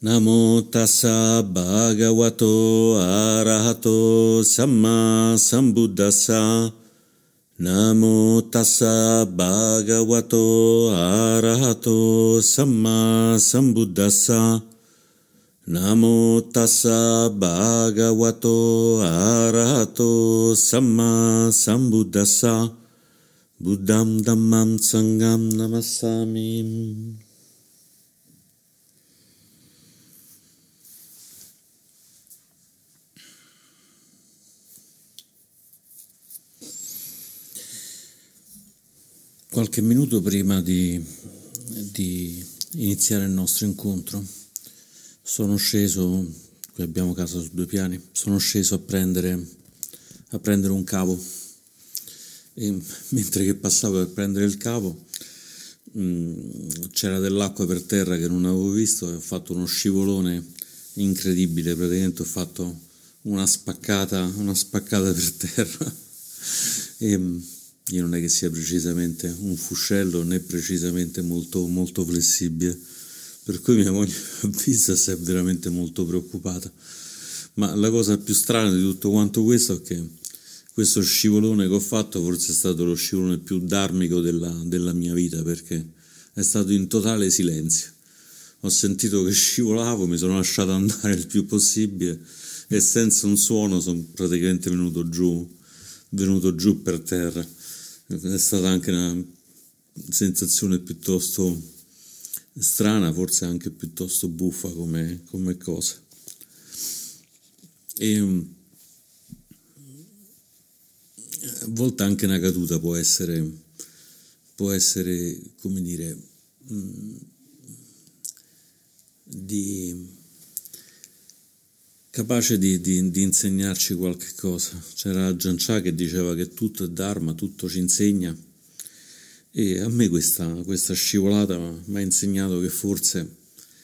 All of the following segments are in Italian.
Namo tassa bhagavato arahato samma sambuddhassa. Namo tassa bhagavato arahato samma sambuddhassa. Namo tassa bhagavato arahato samma sambuddhassa. Buddham dhammam sangham namassami. Qualche minuto prima di iniziare il nostro incontro sono sceso, qui abbiamo casa su 2 piani, sono sceso a prendere un cavo e mentre che passavo per prendere il cavo c'era dell'acqua per terra che non avevo visto e ho fatto uno scivolone incredibile, praticamente ho fatto una spaccata per terra e io non è che sia precisamente un fuscello né precisamente molto, molto flessibile, per cui mia moglie mi ha visto e si è veramente molto preoccupata. Ma la cosa più strana di tutto quanto questo è che questo scivolone che ho fatto forse è stato lo scivolone più dharmico della mia vita, perché è stato in totale silenzio. Ho sentito che scivolavo, mi sono lasciato andare il più possibile e senza un suono sono praticamente venuto giù per terra. È stata anche una sensazione piuttosto strana, forse anche piuttosto buffa come cosa. E a volte anche una caduta può essere come dire, capace di insegnarci qualche cosa. C'era Ajahn Chah che diceva che tutto è Dharma, tutto ci insegna, e a me questa scivolata mi ha insegnato che forse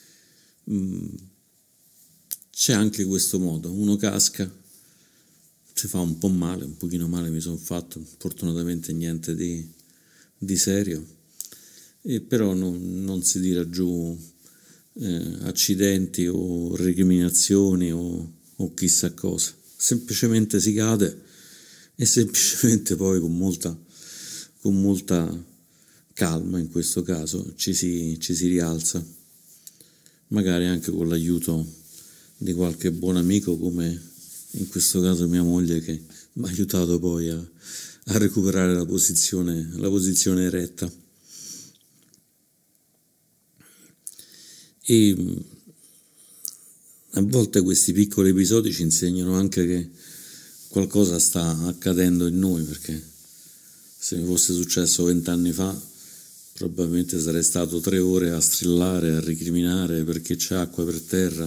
c'è anche questo modo: uno casca, si fa un po' male, un pochino male mi sono fatto, fortunatamente niente di serio, e però non si tira giù accidenti o recriminazioni o chissà cosa, semplicemente si cade e semplicemente poi con molta calma, in questo caso ci si rialza, magari anche con l'aiuto di qualche buon amico, come in questo caso mia moglie, che mi ha aiutato poi a recuperare la posizione eretta. E a volte questi piccoli episodi ci insegnano anche che qualcosa sta accadendo in noi, perché se mi fosse successo 20 anni fa probabilmente sarei stato 3 ore a strillare, a recriminare perché c'è acqua per terra.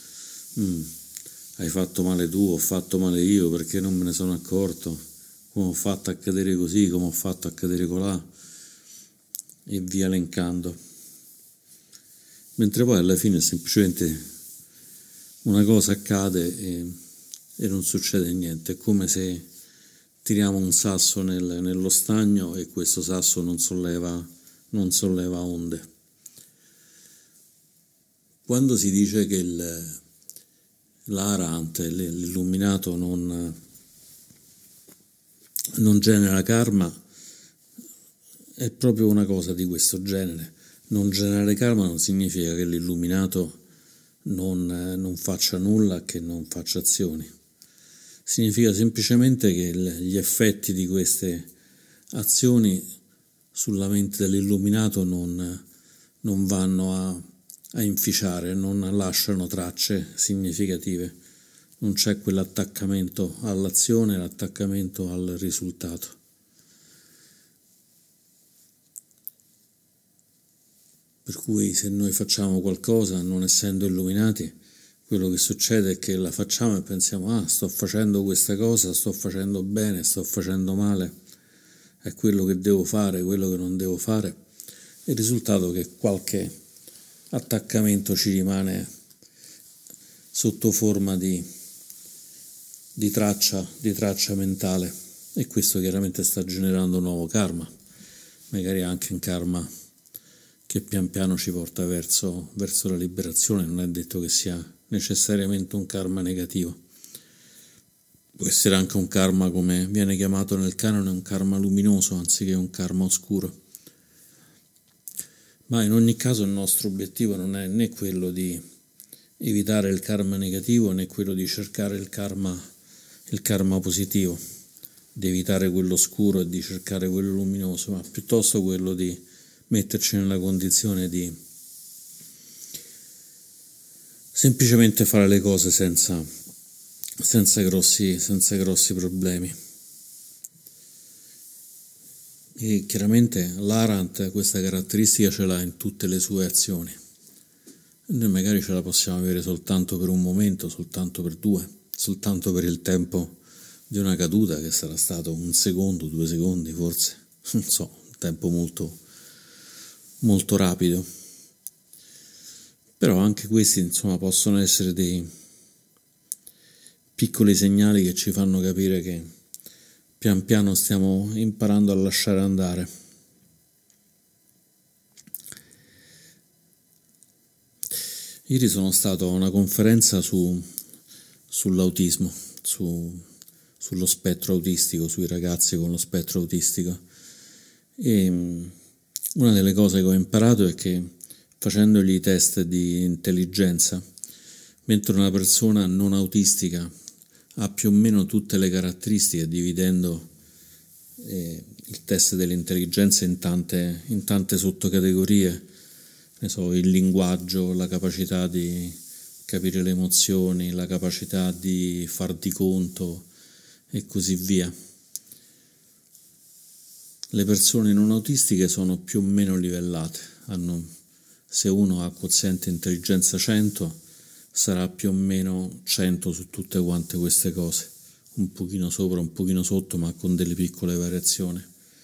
Hai fatto male tu, ho fatto male io, perché non me ne sono accorto, come ho fatto a cadere così, come ho fatto a cadere colà, e via elencando. Mentre poi alla fine semplicemente una cosa accade e non succede niente. È come se tiriamo un sasso nello stagno e questo sasso non solleva onde. Quando si dice che l'arahant, l'illuminato, non genera karma, è proprio una cosa di questo genere. Non generare karma non significa che l'illuminato non faccia nulla, che non faccia azioni. Significa semplicemente che gli effetti di queste azioni sulla mente dell'illuminato non vanno a inficiare, non lasciano tracce significative. Non c'è quell'attaccamento all'azione, l'attaccamento al risultato. Per cui se noi facciamo qualcosa non essendo illuminati, quello che succede è che la facciamo e pensiamo: sto facendo questa cosa, sto facendo bene, sto facendo male, è quello che devo fare, quello che non devo fare. Il risultato è che qualche attaccamento ci rimane sotto forma di traccia mentale, e questo chiaramente sta generando nuovo karma, magari anche un karma che pian piano ci porta verso la liberazione. Non è detto che sia necessariamente un karma negativo. Può essere anche un karma, come viene chiamato nel canone, un karma luminoso anziché un karma oscuro. Ma in ogni caso il nostro obiettivo non è né quello di evitare il karma negativo né quello di cercare il karma positivo, di evitare quello oscuro e di cercare quello luminoso, ma piuttosto quello di metterci nella condizione di semplicemente fare le cose senza grossi problemi. E chiaramente l'Arahant questa caratteristica ce l'ha in tutte le sue azioni. Noi magari ce la possiamo avere soltanto per un momento, soltanto per 2, soltanto per il tempo di una caduta, che sarà stato 1 secondo, 2 secondi forse, non so, un tempo molto, molto rapido. Però anche questi, insomma, possono essere dei piccoli segnali che ci fanno capire che pian piano stiamo imparando a lasciare andare. Ieri sono stato a una conferenza sull'autismo, sullo spettro autistico, sui ragazzi con lo spettro autistico. E una delle cose che ho imparato è che facendogli i test di intelligenza, mentre una persona non autistica ha più o meno tutte le caratteristiche, dividendo il test dell'intelligenza in tante sottocategorie, ne so, il linguaggio, la capacità di capire le emozioni, la capacità di far di conto e così via. Le persone non autistiche sono più o meno livellate, se uno ha quoziente intelligenza 100, sarà più o meno 100 su tutte quante queste cose, un pochino sopra, un pochino sotto, ma con delle piccole variazioni.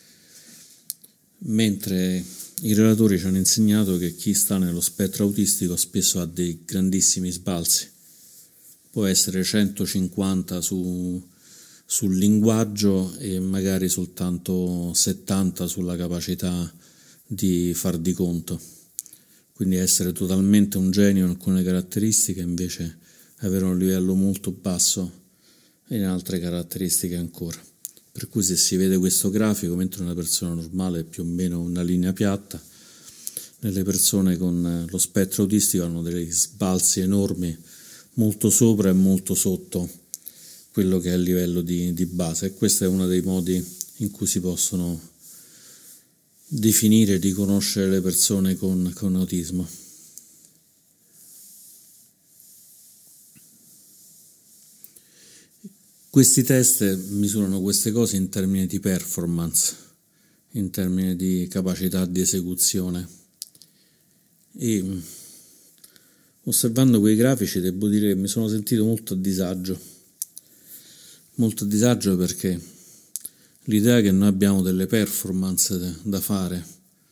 Mentre i relatori ci hanno insegnato che chi sta nello spettro autistico spesso ha dei grandissimi sbalzi. Può essere 150 sul linguaggio e magari soltanto 70 sulla capacità di far di conto. Quindi essere totalmente un genio in alcune caratteristiche, invece avere un livello molto basso in altre caratteristiche ancora. Per cui se si vede questo grafico, mentre una persona normale è più o meno una linea piatta, nelle persone con lo spettro autistico hanno degli sbalzi enormi, molto sopra e molto sotto quello che è il livello di base. E questo è uno dei modi in cui si possono definire e riconoscere le persone con autismo. Questi test misurano queste cose in termini di performance, in termini di capacità di esecuzione. E osservando quei grafici devo dire che mi sono sentito molto a disagio perché l'idea che noi abbiamo delle performance da fare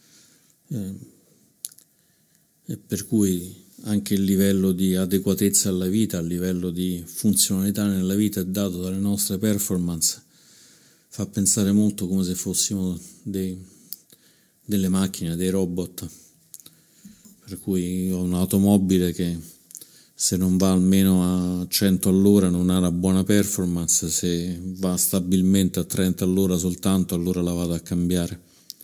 e per cui anche il livello di adeguatezza alla vita, il livello di funzionalità nella vita è dato dalle nostre performance, fa pensare molto come se fossimo delle macchine, dei robot. Per cui ho un'automobile che se non va almeno a 100 all'ora non ha una buona performance, se va stabilmente a 30 all'ora soltanto, allora la vado a cambiare.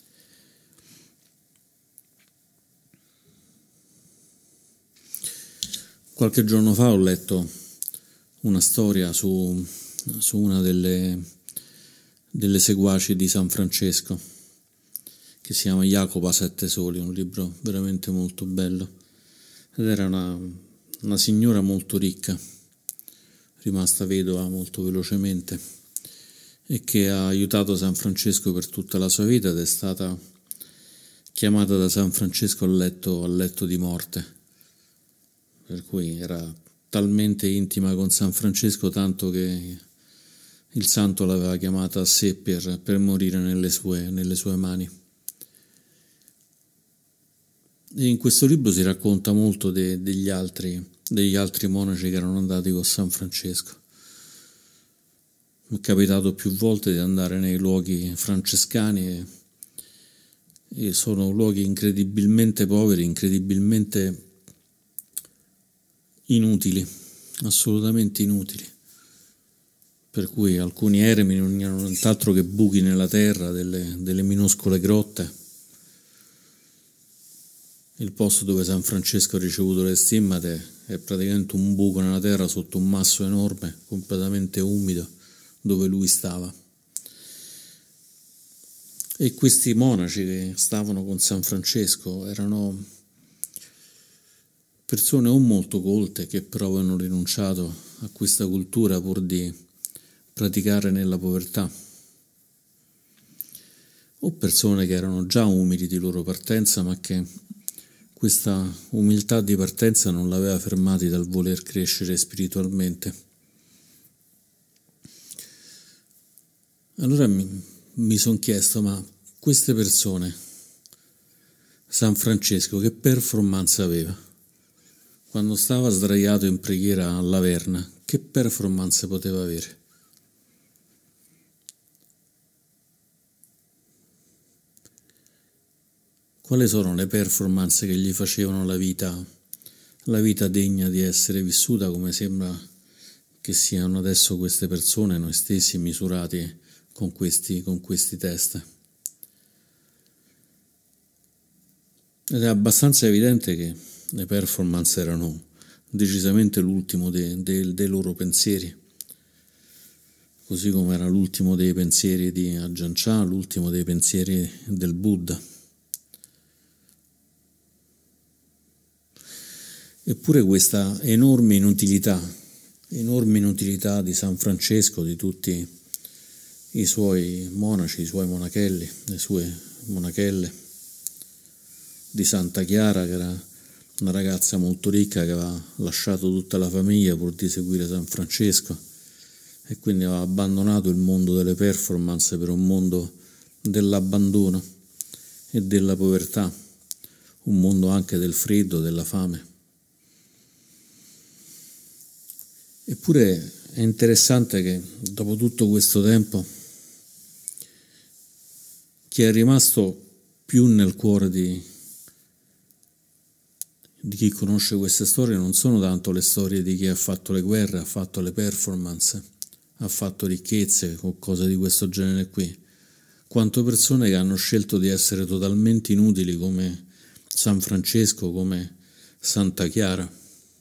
Qualche giorno fa ho letto una storia su una delle seguaci di San Francesco, che si chiama Jacopa Sette Soli, un libro veramente molto bello, ed era una signora molto ricca, rimasta vedova molto velocemente, e che ha aiutato San Francesco per tutta la sua vita ed è stata chiamata da San Francesco al letto di morte, per cui era talmente intima con San Francesco tanto che il santo l'aveva chiamata a sé per morire nelle sue mani. E in questo libro si racconta molto degli altri monaci che erano andati con San Francesco. Mi è capitato più volte di andare nei luoghi francescani e sono luoghi incredibilmente poveri, incredibilmente inutili, assolutamente inutili, per cui alcuni eremi non erano nient'altro che buchi nella terra, delle minuscole grotte. Il posto dove San Francesco ha ricevuto le stimmate è praticamente un buco nella terra sotto un masso enorme, completamente umido, dove lui stava. E questi monaci che stavano con San Francesco erano persone o molto colte che però avevano rinunciato a questa cultura pur di praticare nella povertà, o persone che erano già umili di loro partenza ma che questa umiltà di partenza non l'aveva fermati dal voler crescere spiritualmente. Allora mi sono chiesto, ma queste persone, San Francesco, che performance aveva? Quando stava sdraiato in preghiera all'Averna, che performance poteva avere? Quali sono le performance che gli facevano la vita degna di essere vissuta, come sembra che siano adesso queste persone, noi stessi misurati con questi test? Ed è abbastanza evidente che le performance erano decisamente l'ultimo dei loro pensieri, così come era l'ultimo dei pensieri di Ajahn Chah, l'ultimo dei pensieri del Buddha. Eppure questa enorme inutilità di San Francesco, di tutti i suoi monaci, i suoi monachelli, le sue monachelle, di Santa Chiara, che era una ragazza molto ricca che aveva lasciato tutta la famiglia pur di seguire San Francesco e quindi aveva abbandonato il mondo delle performance per un mondo dell'abbandono e della povertà, un mondo anche del freddo, della fame. Eppure è interessante che dopo tutto questo tempo chi è rimasto più nel cuore di chi conosce queste storie non sono tanto le storie di chi ha fatto le guerre, ha fatto le performance, ha fatto ricchezze o cose di questo genere qui, quanto persone che hanno scelto di essere totalmente inutili come San Francesco, come Santa Chiara,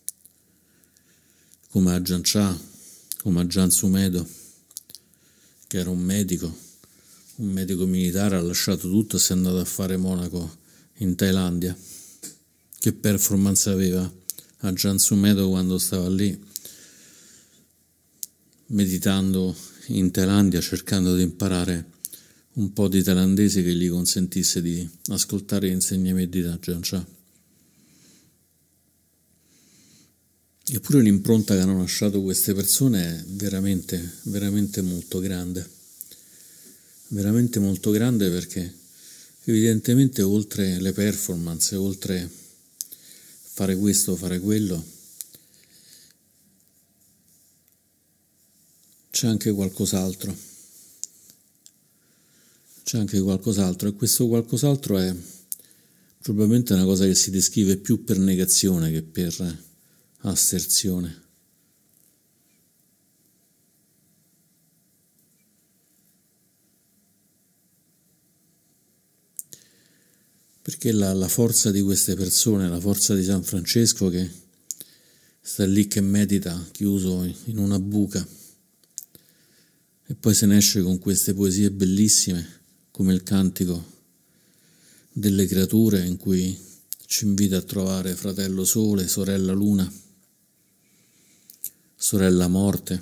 come Ajahn Chah, come Ajahn Sumedho, che era un medico militare, ha lasciato tutto e si è andato a fare monaco in Thailandia. Che performance aveva Ajahn Sumedho quando stava lì, meditando in Thailandia, cercando di imparare un po' di thailandese che gli consentisse di ascoltare gli insegnamenti di Ajahn Chah. Eppure l'impronta che hanno lasciato queste persone è veramente, veramente molto grande. Veramente molto grande, perché evidentemente oltre le performance, oltre fare questo, fare quello, c'è anche qualcos'altro. E questo qualcos'altro è probabilmente una cosa che si descrive più per negazione che per asserzione. Perché la forza di queste persone, la forza di San Francesco che sta lì che medita chiuso in una buca e poi se ne esce con queste poesie bellissime come il cantico delle creature, in cui ci invita a trovare fratello sole, sorella luna, sorella morte,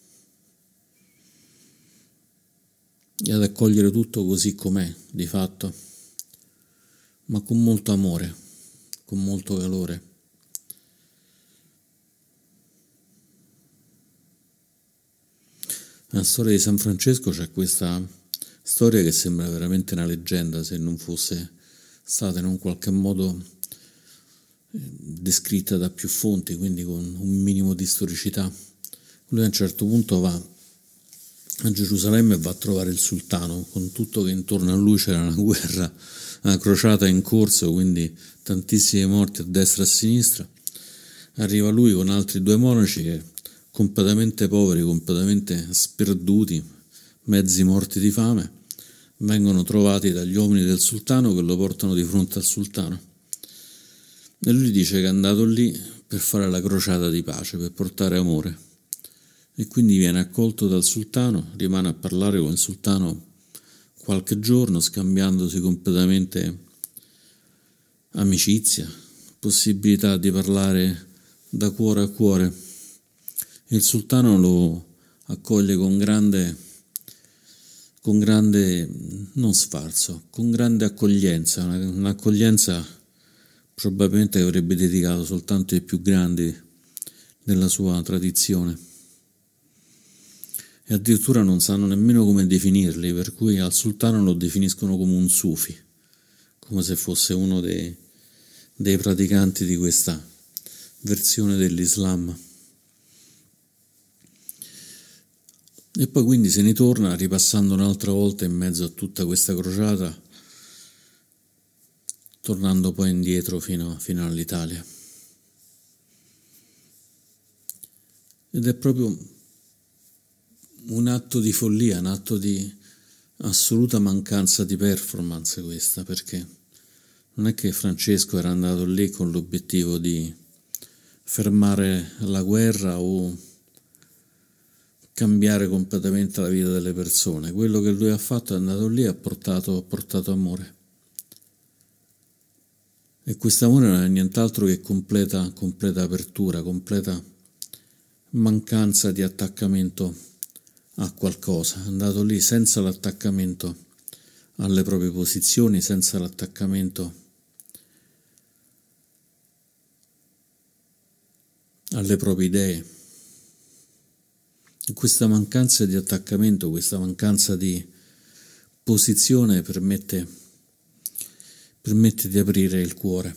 e ad accogliere tutto così com'è, di fatto, ma con molto amore, con molto calore. Nella storia di San Francesco c'è questa storia che sembra veramente una leggenda, se non fosse stata in un qualche modo descritta da più fonti, quindi con un minimo di storicità. Lui a un certo punto va a Gerusalemme e va a trovare il sultano, con tutto che intorno a lui c'era una guerra una crociata in corso, quindi tantissimi morti a destra e a sinistra. Arriva lui con altri 2 monaci che, completamente poveri, completamente sperduti, mezzi morti di fame, vengono trovati dagli uomini del sultano che lo portano di fronte al sultano. E lui dice che è andato lì per fare la crociata di pace, per portare amore. E quindi viene accolto dal sultano, rimane a parlare con il sultano qualche giorno, scambiandosi completamente amicizia, possibilità di parlare da cuore a cuore. Il sultano lo accoglie con grande non sfarzo, con grande accoglienza, un'accoglienza probabilmente che avrebbe dedicato soltanto ai più grandi della sua tradizione. E addirittura non sanno nemmeno come definirli, per cui al sultano lo definiscono come un sufi, come se fosse uno dei praticanti di questa versione dell'Islam. E poi quindi se ne torna ripassando un'altra volta in mezzo a tutta questa crociata, tornando poi indietro fino all'Italia. Ed è proprio un atto di follia, un atto di assoluta mancanza di performance questa, perché non è che Francesco era andato lì con l'obiettivo di fermare la guerra o cambiare completamente la vita delle persone. Quello che lui ha fatto è andato lì e ha portato amore. E questo amore non è nient'altro che completa apertura, completa mancanza di attaccamento a qualcosa. È andato lì senza l'attaccamento alle proprie posizioni, senza l'attaccamento alle proprie idee. E questa mancanza di attaccamento, questa mancanza di posizione permette di aprire il cuore.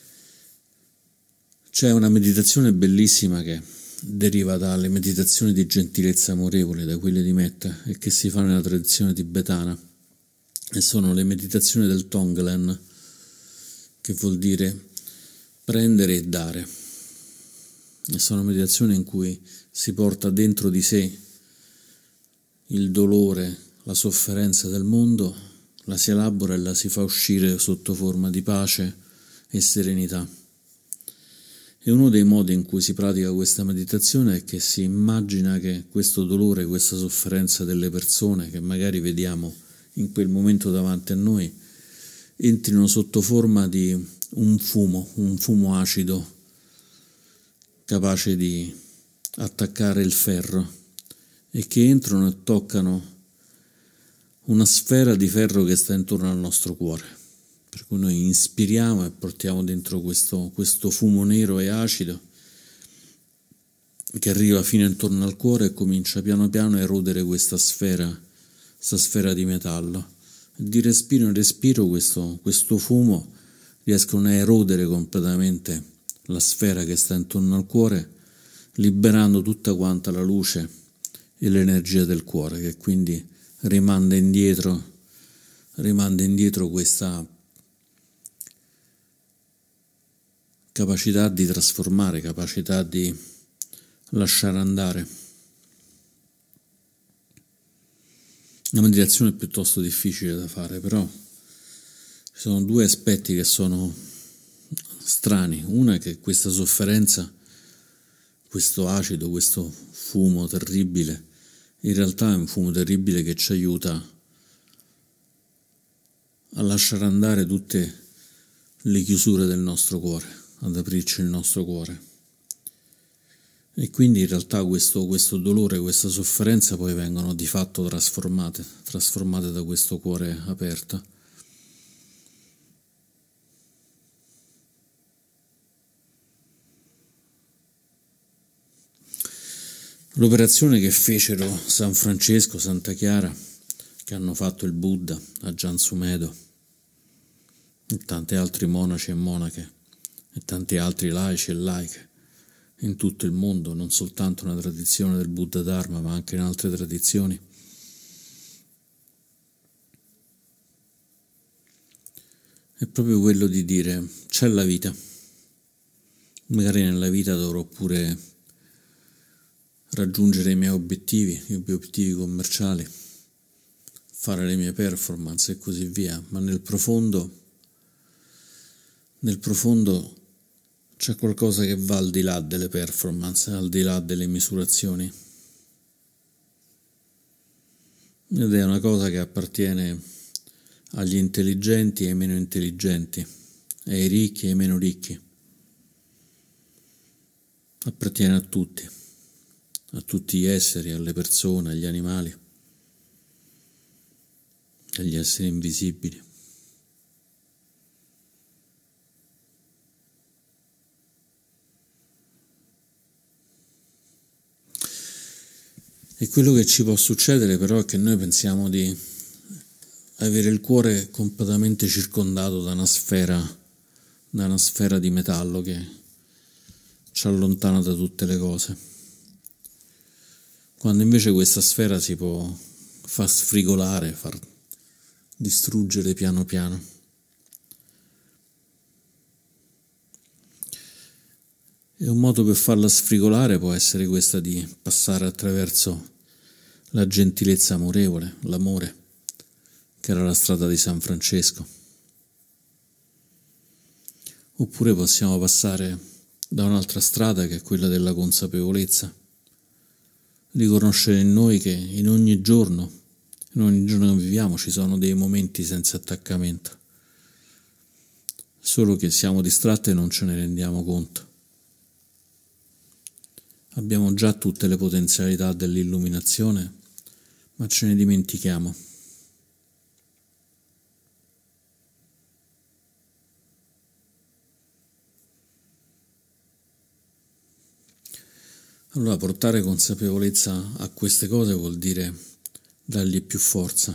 C'è una meditazione bellissima che deriva dalle meditazioni di gentilezza amorevole, da quelle di Metta, e che si fa nella tradizione tibetana, e sono le meditazioni del Tonglen, che vuol dire prendere e dare. E sono meditazioni in cui si porta dentro di sé il dolore, la sofferenza del mondo, la si elabora e la si fa uscire sotto forma di pace e serenità. E uno dei modi in cui si pratica questa meditazione è che si immagina che questo dolore, questa sofferenza delle persone che magari vediamo in quel momento davanti a noi, entrino sotto forma di un fumo acido, capace di attaccare il ferro, e che entrano e toccano una sfera di ferro che sta intorno al nostro cuore. Per cui noi inspiriamo e portiamo dentro questo fumo nero e acido che arriva fino intorno al cuore e comincia piano piano a erodere questa sfera di metallo. Di respiro in respiro questo fumo riescono a erodere completamente la sfera che sta intorno al cuore, liberando tutta quanta la luce e l'energia del cuore, che quindi rimanda indietro questa capacità di trasformare, capacità di lasciare andare. Una meditazione piuttosto difficile da fare, però ci sono 2 aspetti che sono strani. Una è che questa sofferenza, questo acido, questo fumo terribile, in realtà è un fumo terribile che ci aiuta a lasciare andare tutte le chiusure del nostro cuore, ad aprirci il nostro cuore. E quindi in realtà questo dolore, questa sofferenza poi vengono di fatto trasformate da questo cuore aperto. L'operazione che fecero San Francesco, Santa Chiara, che hanno fatto il Buddha a Gian Sumedo, e tanti altri monaci e monache, e tanti altri laici e laiche, in tutto il mondo, non soltanto nella tradizione del Buddha Dharma, ma anche in altre tradizioni. è proprio quello di dire c'è la vita, magari nella vita dovrò pure raggiungere i miei obiettivi commerciali, fare le mie performance e così via, ma nel profondo c'è qualcosa che va al di là delle performance, al di là delle misurazioni, ed è una cosa che appartiene agli intelligenti e ai meno intelligenti, ai ricchi e ai meno ricchi, appartiene a tutti gli esseri, alle persone, agli animali, agli esseri invisibili. E quello che ci può succedere però è che noi pensiamo di avere il cuore completamente circondato da una sfera di metallo che ci allontana da tutte le cose, quando invece questa sfera si può far sfrigolare, far distruggere piano piano. E un modo per farla sfrigolare può essere questa di passare attraverso la gentilezza amorevole, l'amore, che era la strada di San Francesco. Oppure possiamo passare da un'altra strada che è quella della consapevolezza, riconoscere in noi che in ogni giorno che viviamo ci sono dei momenti senza attaccamento, solo che siamo distratti e non ce ne rendiamo conto. Abbiamo già tutte le potenzialità dell'illuminazione, ma ce ne dimentichiamo. Allora, portare consapevolezza a queste cose vuol dire dargli più forza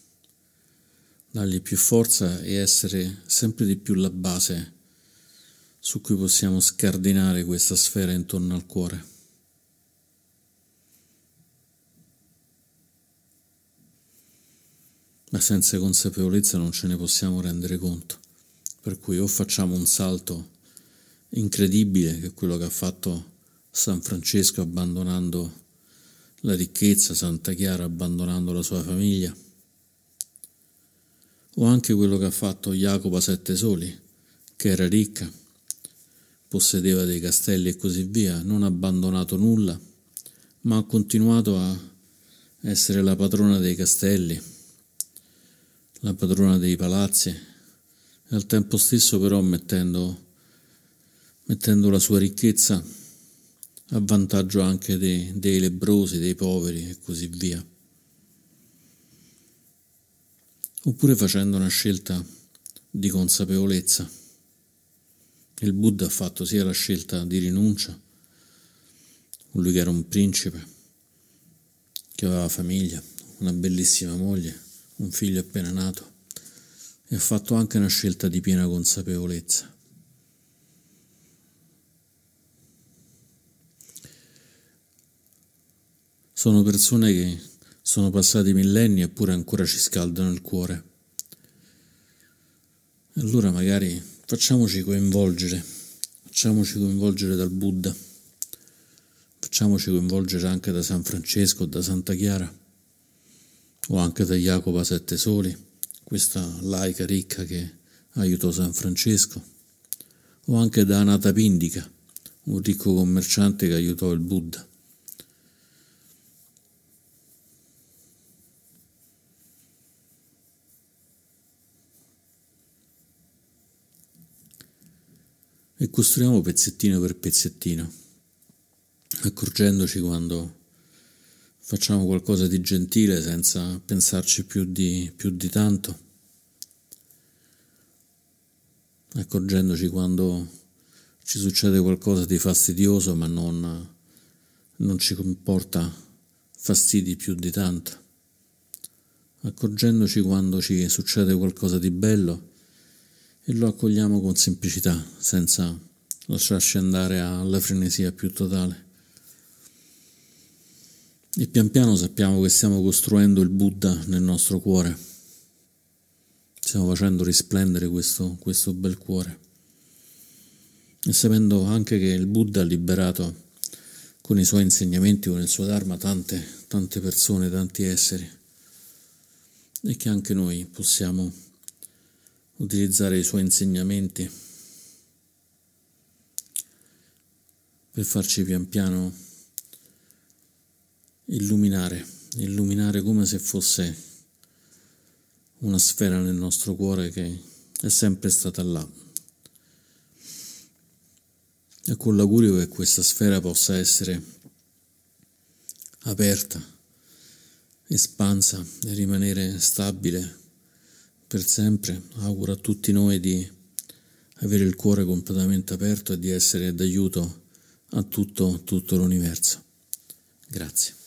e essere sempre di più la base su cui possiamo scardinare questa sfera intorno al cuore. Ma senza consapevolezza non ce ne possiamo rendere conto, per cui o facciamo un salto incredibile, che è quello che ha fatto San Francesco abbandonando la ricchezza, Santa Chiara abbandonando la sua famiglia, o anche quello che ha fatto Jacopo Sette Soli, che era ricca, possedeva dei castelli e così via, non ha abbandonato nulla, ma ha continuato a essere la padrona dei castelli, la padrona dei palazzi, e al tempo stesso però mettendo la sua ricchezza a vantaggio anche dei lebbrosi, dei poveri e così via. Oppure facendo una scelta di consapevolezza. Il Buddha ha fatto sia la scelta di rinuncia, lui che era un principe, che aveva famiglia, una bellissima moglie, un figlio appena nato, e ha fatto anche una scelta di piena consapevolezza. Sono persone che sono passati millenni eppure ancora ci scaldano il cuore. Allora magari facciamoci coinvolgere dal Buddha, facciamoci coinvolgere anche da San Francesco, da Santa Chiara, o anche da Jacopo Sette Soli, questa laica ricca che aiutò San Francesco, o anche da Anathapindika, un ricco commerciante che aiutò il Buddha. E costruiamo pezzettino per pezzettino, accorgendoci quando facciamo qualcosa di gentile senza pensarci più di tanto, accorgendoci quando ci succede qualcosa di fastidioso ma non ci comporta fastidi più di tanto, accorgendoci quando ci succede qualcosa di bello e lo accogliamo con semplicità, senza lasciarci andare alla frenesia più totale. E pian piano sappiamo che stiamo costruendo il Buddha nel nostro cuore. stiamo facendo risplendere questo bel cuore. E sapendo anche che il Buddha ha liberato con i suoi insegnamenti, con il suo Dharma, tante persone, tanti esseri, e che anche noi possiamo utilizzare i suoi insegnamenti per farci pian piano illuminare come se fosse una sfera nel nostro cuore che è sempre stata là. E con l'augurio che questa sfera possa essere aperta, espansa e rimanere stabile per sempre. Auguro a tutti noi di avere il cuore completamente aperto e di essere d'aiuto a tutto l'universo. Grazie.